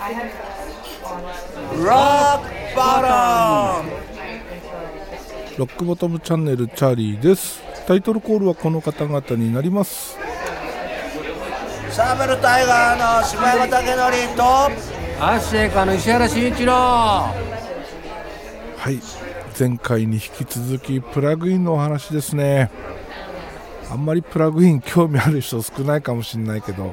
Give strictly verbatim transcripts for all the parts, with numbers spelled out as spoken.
ロックボトムロックボトムチャンネルチャーリーです。タイトルコールはこの方々になります。 サーベルタイガーの柴山武則とアッシェイカーの石原慎一郎。 はい、前回に引き続きプラグインのお話ですね。あんまりプラグイン興味ある人少ないかもしれないけど、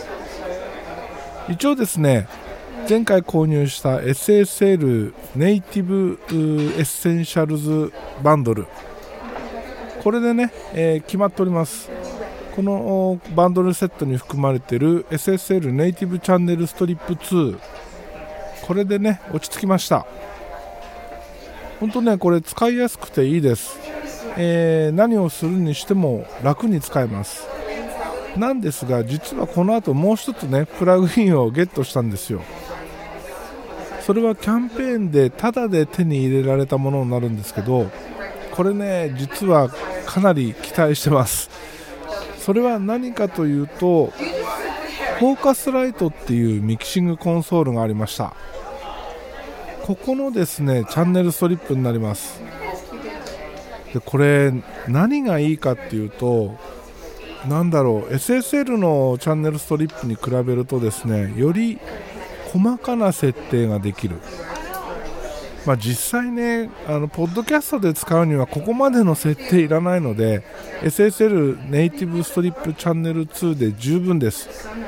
一応ですね、前回購入した エスエスエル ネイティブエッセンシャルズバンドル、これでね、えー、決まっております。このバンドルセットに含まれている エスエスエル ネイティブチャンネルストリップツー、これでね落ち着きました。本当ね、これ使いやすくていいです。えー、何をするにしても楽に使えます。なんですが、実はこの後もう一つねプラグインをゲットしたんですよ。それはキャンペーンでタダで手に入れられたものになるんですけど、これね実はかなり期待してます。それは何かというと、フォーカスライトっていうミキシングコンソールがありました。ここのですねチャンネルストリップになります。でこれ何がいいかっていうと、なんだろう、 エスエスエル のチャンネルストリップに比べるとですね、より細かな設定ができる。まあ、実際ね、あのポッドキャストで使うにはここまでの設定いらないので エスエスエル ネイティブストリップチャンネルツーで十分です。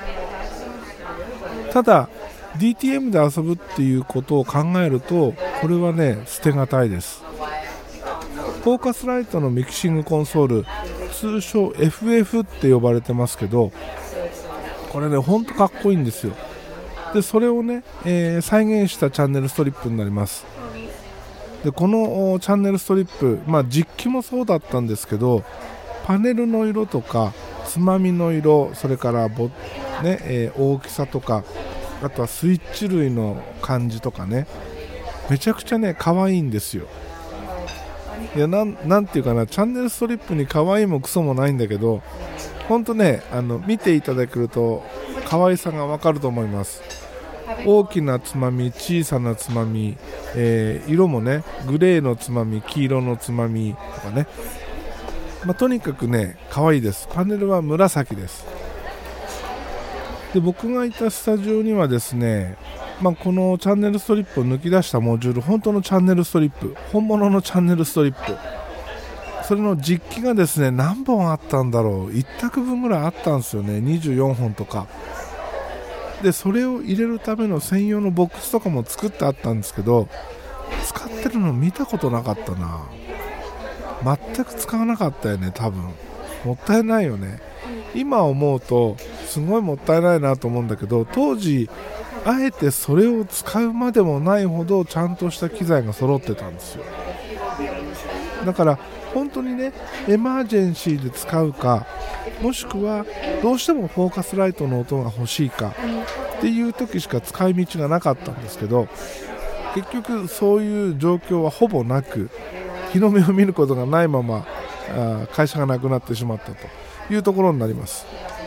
ただ ディーティーエム で遊ぶっていうことを考えると、これはね捨てがたいです。フォーカスライトのミキシングコンソール、通称 エフエフ って呼ばれてますけど、これねほんとかっこいいんですよ。でそれをね、えー、再現したチャンネルストリップになります。でこのチャンネルストリップ、まあ、実機もそうだったんですけど、パネルの色とかつまみの色、それからボ、ねえー、大きさとか、あとはスイッチ類の感じとかね、めちゃくちゃね可愛いんですよ。いや、なん、なんていうかな、チャンネルストリップに可愛いもクソもないんだけど、ほんとね、あの見ていただけると可愛さがわかると思います。大きなつまみ、小さなつまみ、えー、色もねグレーのつまみ、黄色のつまみとかね、まあ、とにかくね可愛いです。パネルは紫です。で僕がいたスタジオにはですね、まあ、このチャンネルストリップを抜き出したモジュール、本当のチャンネルストリップ、本物のチャンネルストリップ、それの実機がですね何本あったんだろう、いち択分ぐらいあったんですよね。にじゅうよんほんとかで、それを入れるための専用のボックスとかも作ってあったんですけど、使ってるの見たことなかったな。全く使わなかったよね。多分もったいないよね。今思うとすごいもったいないなと思うんだけど、当時あえてそれを使うまでもないほどちゃんとした機材が揃ってたんですよ。だから本当にねエマージェンシーで使うか、もしくはどうしてもフォーカスライトの音が欲しいかっていう時しか使い道がなかったんですけど、結局そういう状況はほぼなく、日の目を見ることがないままあ会社がなくなってしまったというところになります。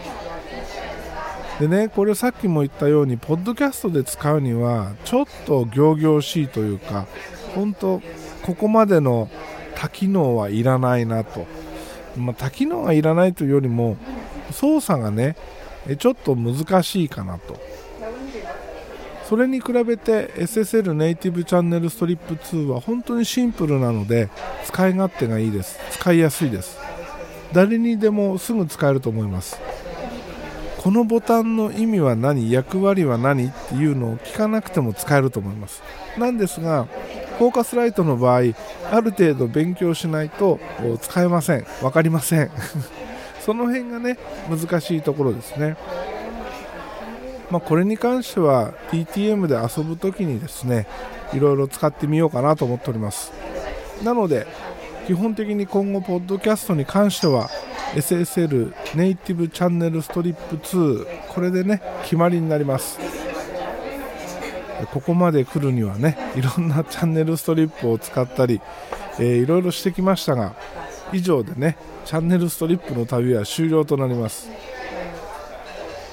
でね、これさっきも言ったようにポッドキャストで使うにはちょっと仰々しいというか、本当ここまでの多機能はいらないなと、まあ、多機能はいらないというよりも操作がねちょっと難しいかなと。それに比べて エスエスエル ネイティブチャンネルストリップツーは本当にシンプルなので使い勝手がいいです。使いやすいです。誰にでもすぐ使えると思います。このボタンの意味は何、役割は何っていうのを聞かなくても使えると思います。なんですがフォーカスライトの場合、ある程度勉強しないと使えません。わかりませんその辺がね難しいところですね。まあ、これに関しては ディーティーエム で遊ぶときにですねいろいろ使ってみようかなと思っております。なので基本的に今後ポッドキャストに関しては エスエスエル ネイティブチャンネルストリップツー、これでね決まりになります。ここまで来るにはねいろんなチャンネルストリップを使ったり、えー、いろいろしてきましたが、以上でねチャンネルストリップの旅は終了となります。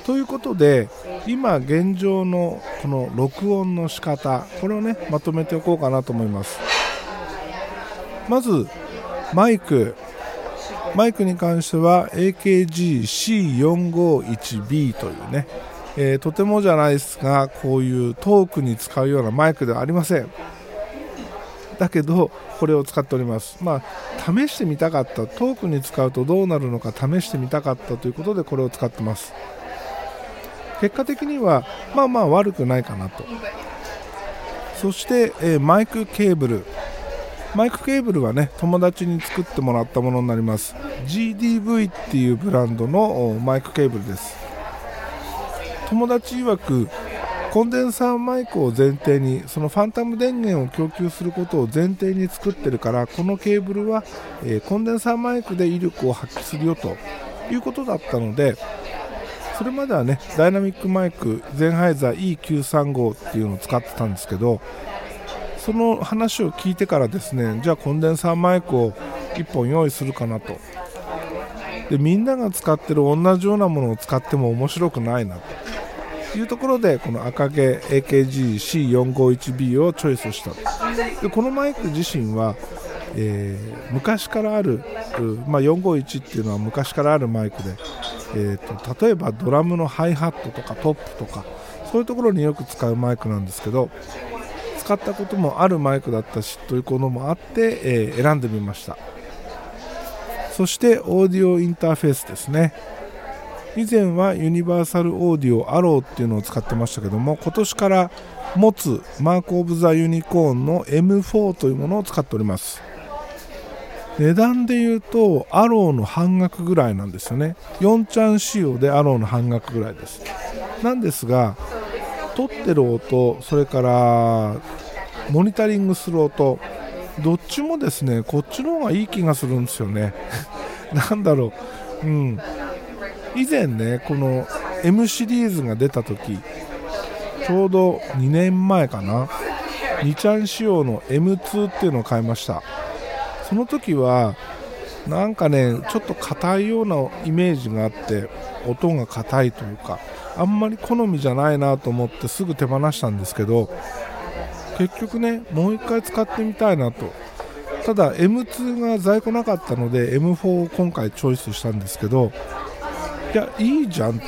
ということで今現状のこの録音の仕方、これをねまとめておこうかなと思います。まずマイクマイクに関しては エーケージーシーよんごいちビー というね、えー、とてもじゃないですがこういうトークに使うようなマイクではありません。だけどこれを使っております。まあ試してみたかった、トークに使うとどうなるのか試してみたかったということでこれを使ってます。結果的にはまあまあ悪くないかなと。そして、えー、マイクケーブルマイクケーブルはね友達に作ってもらったものになります。 ジーディーブイ っていうブランドのマイクケーブルです。友達曰くコンデンサーマイクを前提にそのファンタム電源を供給することを前提に作ってるから、このケーブルは、えー、コンデンサーマイクで威力を発揮するよということだったので、それまではねダイナミックマイクゼンハイザー イーきゅうさんご っていうのを使ってたんですけど、その話を聞いてからですね、じゃあコンデンサーマイクをいっぽん用意するかなと。でみんなが使ってる同じようなものを使っても面白くないなというところで、この赤毛 エーケージーシーよんごいちビー をチョイスした。でこのマイク自身は、えー、昔からある、まあ、よんごいちっていうのは昔からあるマイクで、えー、と例えばドラムのハイハットとかトップとかそういうところによく使うマイクなんですけど、使ったこともあるマイクだったしということもあって、えー、選んでみました。そしてオーディオインターフェースですね。以前はユニバーサルオーディオアローっていうのを使ってましたけども、今年から持つマークオブザユニコーンの エムフォー というものを使っております。値段でいうとアローの半額ぐらいなんですよね。よんチャン仕様でアローの半額ぐらいです。なんですが撮ってる音、それからモニタリングする音、どっちもですねこっちの方がいい気がするんですよねなんだろう、うん、以前ねこの エム シリーズが出た時、ちょうどにねんまえかな、にチャン仕様の エムツー っていうのを買いました。その時はなんかねちょっと硬いようなイメージがあって、音が硬いというかあんまり好みじゃないなと思ってすぐ手放したんですけど、結局ねもう一回使ってみたいなと。ただ エムツー が在庫なかったので エムフォー を今回チョイスしたんですけど、いやいいじゃんと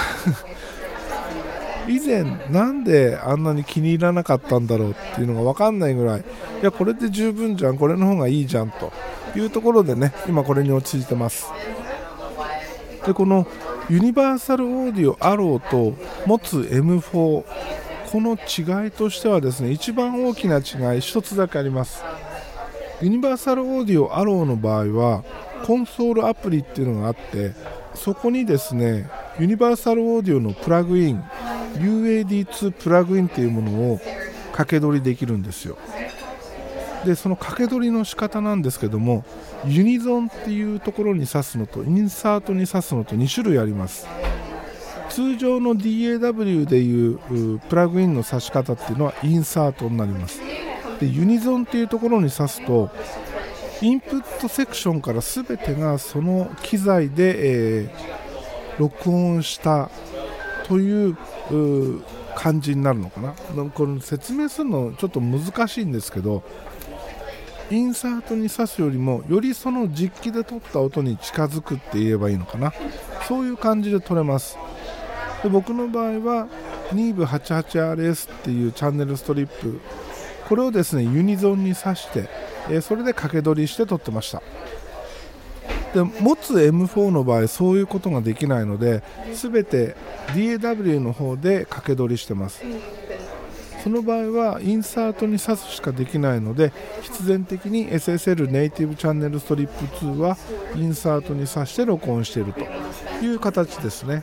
以前なんであんなに気に入らなかったんだろうっていうのが分かんないぐらい、いやこれで十分じゃん、これの方がいいじゃんというところでね今これに落ち着いてます。でこのユニバーサルオーディオアローと持つ エムフォー、 この違いとしてはですね一番大きな違い一つだけあります。ユニバーサルオーディオアローの場合はコンソールアプリっていうのがあって、そこにですねユニバーサルオーディオのプラグイン ユーエーディーツー プラグインっていうものを掛け取りできるんですよ。でその掛け取りの仕方なんですけども、ユニゾンっていうところに挿すのとインサートに挿すのとに種類あります。通常の ディーエーダブリュー でいうプラグインの挿し方っていうのはインサートになります。でユニゾンっていうところに挿すとインプットセクションから全てがその機材で、えー、録音したという感じになるのかな。これ説明するのちょっと難しいんですけど、インサートに挿すよりもよりその実機で撮った音に近づくって言えばいいのかな、そういう感じで撮れます。で僕の場合は ニーブはちじゅうはちアールエス っていうチャンネルストリップ、これをですねユニゾンに挿して、えー、それで掛け取りして撮ってました。で持つ エムフォー の場合そういうことができないので、全て ディーエーダブリュー の方で掛け取りしてます。その場合はインサートに挿すしかできないので、必然的に エスエスエル ネイティブチャンネルストリップツーはインサートに挿して録音しているという形ですね。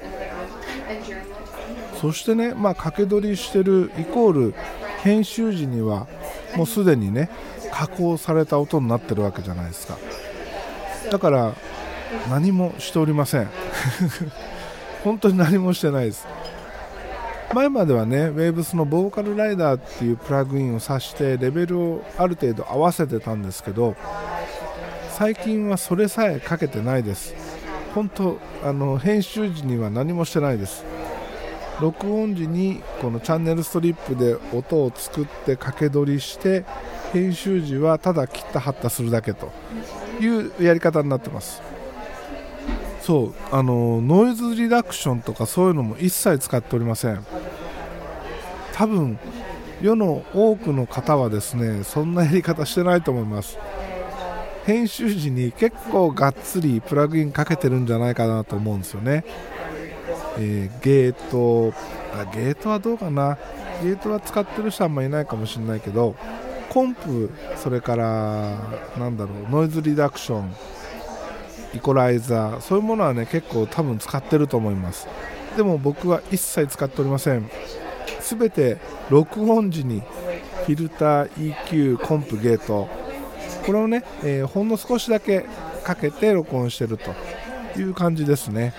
そしてね、まあ、掛け取りしてるイコール編集時にはもうすでにね加工された音になってるわけじゃないですか。だから何もしておりません本当に何もしてないです。前まではね Waves のボーカルライダーっていうプラグインを挿してレベルをある程度合わせてたんですけど、最近はそれさえかけてないです。本当あの編集時には何もしてないです。 録音時にこのチャンネルストリップで音を作って掛け取りして、編集時はただ切った貼ったするだけというやり方になってます。そうあのノイズリダクションとかそういうのも一切使っておりません。多分世の多くの方はですねそんなやり方してないと思います。編集時に結構がっつりプラグインかけてるんじゃないかなと思うんですよね。えー、ゲートあゲートはどうかな、ゲートは使ってる人はあんまりいないかもしれないけど、コンプ、それからなんだろう、ノイズリダクション、イコライザー、そういうものはね結構多分使ってると思います。でも僕は一切使っておりません。すべて録音時にフィルター、イーキュー、コンプ、ゲート、これをね、えー、ほんの少しだけかけて録音してるという感じですね。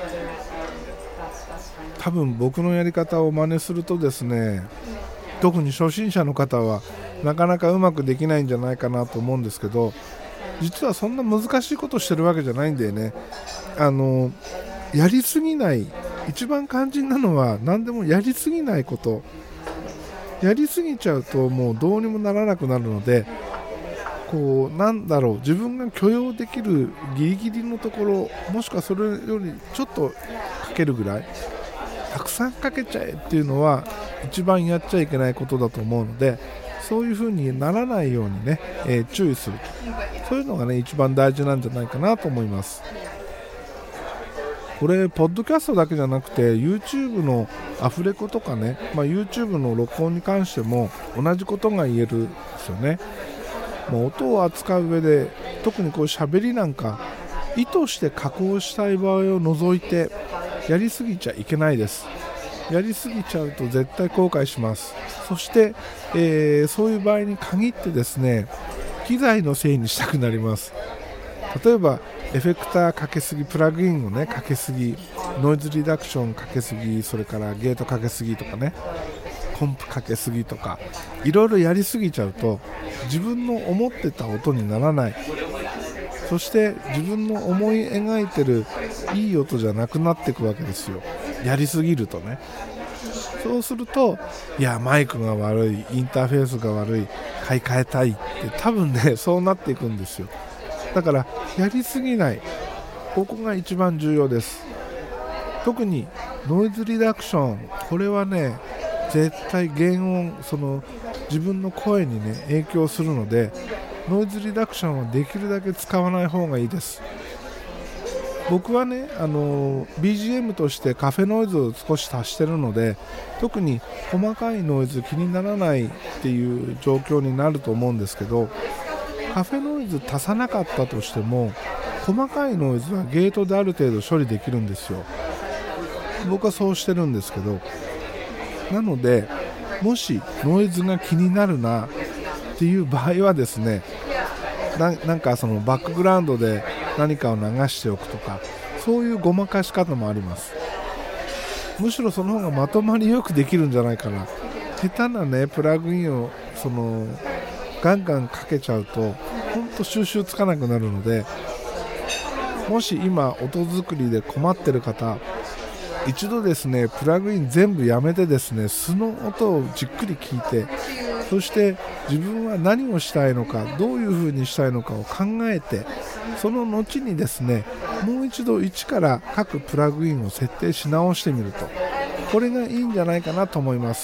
多分僕のやり方を真似するとですね、特に初心者の方はなかなかうまくできないんじゃないかなと思うんですけど、実はそんな難しいことしてるわけじゃないんだよね。あのやりすぎない、一番肝心なのは何でもやりすぎないこと。やりすぎちゃうともうどうにもならなくなるので、こうなんだろう、自分が許容できるギリギリのところ、もしくはそれよりちょっとかけるぐらい、たくさんかけちゃえっていうのは一番やっちゃいけないことだと思うので、そういう風にならないようにね、えー、注意すると、そういうのがね一番大事なんじゃないかなと思います。これポッドキャストだけじゃなくて YouTube のアフレコとかね、まあ、YouTube の録音に関しても同じことが言えるんですよね。もう音を扱う上で、特にこう喋りなんか意図して加工したい場合を除いてやりすぎちゃいけないです。やりすぎちゃうと絶対後悔します。そして、えー、そういう場合に限ってですね、機材のせいにしたくなります。例えばエフェクターかけすぎ、プラグインをねかけすぎ、ノイズリダクションかけすぎ、それからゲートかけすぎとかね、コンプかけすぎとか、いろいろやりすぎちゃうと自分の思ってた音にならない、そして自分の思い描いてるいい音じゃなくなっていくわけですよ、やりすぎるとね。そうすると、いやマイクが悪い、インターフェースが悪い、買い替えたいって多分ねそうなっていくんですよ。だからやりすぎない、ここが一番重要です。特にノイズリダクション、これはね絶対原音、その自分の声にね影響するので、ノイズリダクションはできるだけ使わない方がいいです。僕はねあの ビージーエム としてカフェノイズを少し足してるので、特に細かいノイズ気にならないっていう状況になると思うんですけど、カフェノイズ足さなかったとしても細かいノイズはゲートである程度処理できるんですよ。僕はそうしてるんですけど、なのでもしノイズが気になるなっていう場合はですね、 な, なんかそのバックグラウンドで何かを流しておくとか、そういうごまかし方もあります。むしろその方がまとまりよくできるんじゃないかな。下手なねプラグインをそのガンガンかけちゃうと本当収集つかなくなるので、もし今音作りで困ってる方、一度ですねプラグイン全部やめてですね、素の音をじっくり聞いて、そして自分は何をしたいのか、どういう風にしたいのかを考えて、その後にですねもう一度一から各プラグインを設定し直してみると、これがいいんじゃないかなと思います。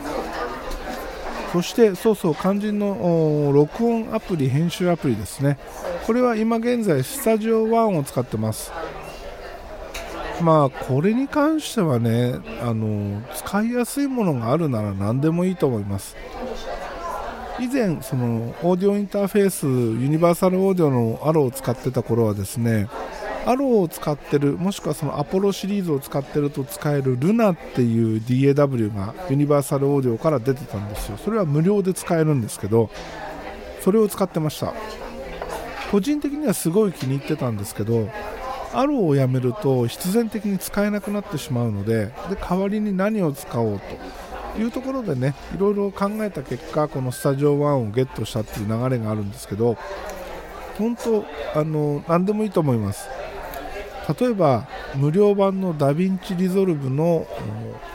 そしてそうそう、肝心の録音アプリ、編集アプリですね。これは今現在スタジオワンを使ってます。まあこれに関してはね、あの使いやすいものがあるなら何でもいいと思います。以前そのオーディオインターフェース、ユニバーサルオーディオのアローを使ってた頃はですね、アローを使ってる、もしくはそのアポロシリーズを使ってると使えるルナっていう ディーエーダブリュー がユニバーサルオーディオから出てたんですよ。それは無料で使えるんですけど、それを使ってました。個人的にはすごい気に入ってたんですけど、アローをやめると必然的に使えなくなってしまうので、で代わりに何を使おうというところでね、いろいろ考えた結果、このスタジオワンをゲットしたっていう流れがあるんですけど、本当あの何でもいいと思います。例えば無料版のダヴィンチリゾルブの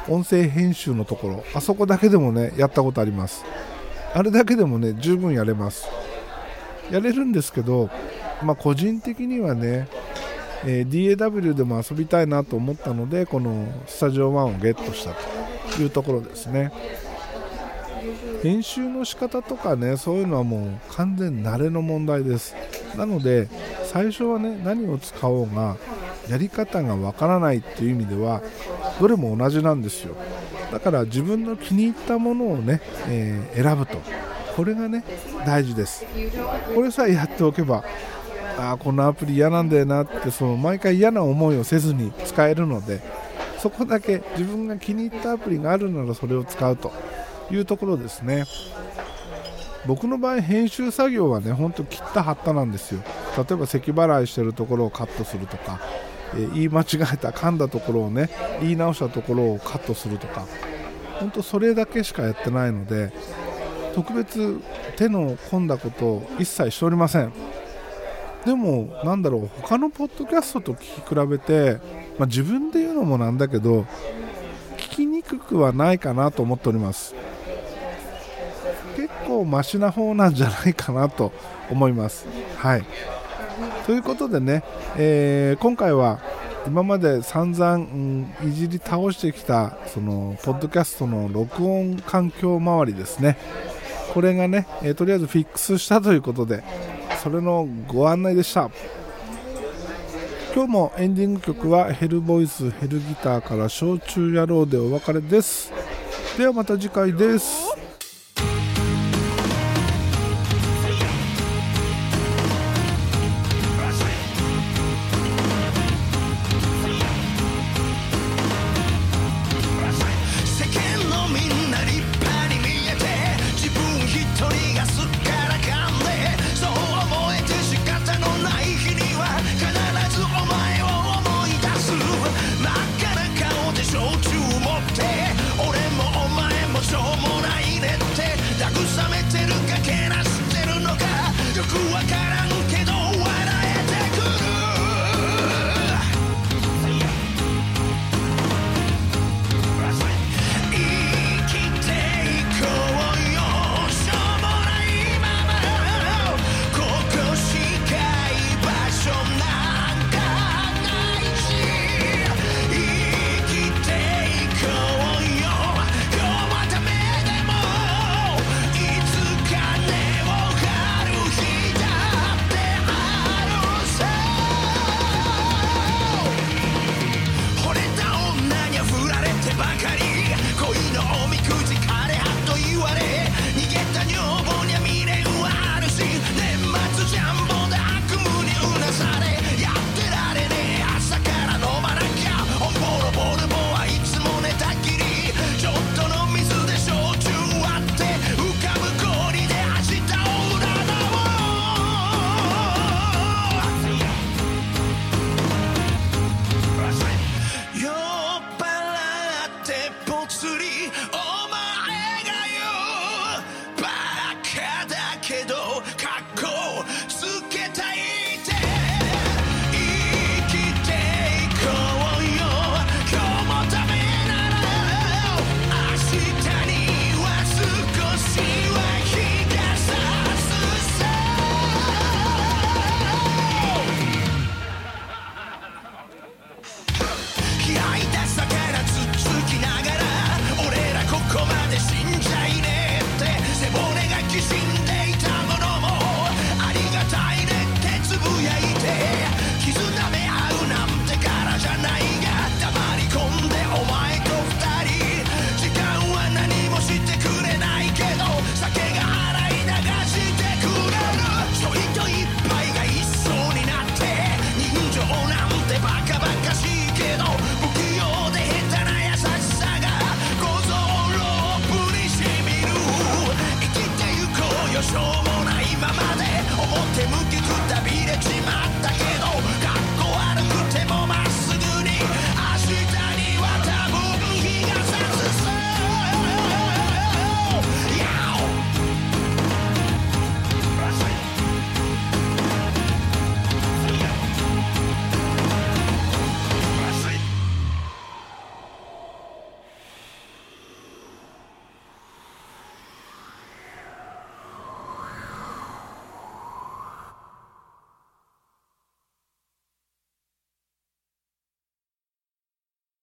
音声編集のところ、あそこだけでもねやったことあります。あれだけでもね十分やれますやれるんですけど、まあ、個人的にはね、えー、ディーエーダブリュー でも遊びたいなと思ったので、このスタジオワンをゲットしたというところですね。編集の仕方とかね、そういうのはもう完全慣れの問題です。なので最初はね何を使おうがやり方がわからないっていう意味ではどれも同じなんですよ。だから自分の気に入ったものをね、えー、選ぶと、これがね大事です。これさえやっておけば、あーこのアプリ嫌なんだよなって、その毎回嫌な思いをせずに使えるので、そこだけ自分が気に入ったアプリがあるならそれを使うというところですね。僕の場合編集作業はねほんと切った貼ったなんですよ。例えば咳払いしてるところをカットするとか、えー、言い間違えた噛んだところをね言い直したところをカットするとか、ほんとそれだけしかやってないので、特別手の込んだことを一切しておりません。でもなんだろう、他のポッドキャストと聞き比べて、まあ、自分で言うのもなんだけど聞きにくくはないかなと思っております。結構マシな方なんじゃないかなと思います。はい。ということでね、えー、今回は今まで散々、うん、いじり倒してきたそのポッドキャストの録音環境周りですね。これがね、えー、とりあえずフィックスしたということで、それのご案内でした。今日もエンディング曲はヘルボイスヘルギターから焼酎野郎でお別れです。ではまた次回です。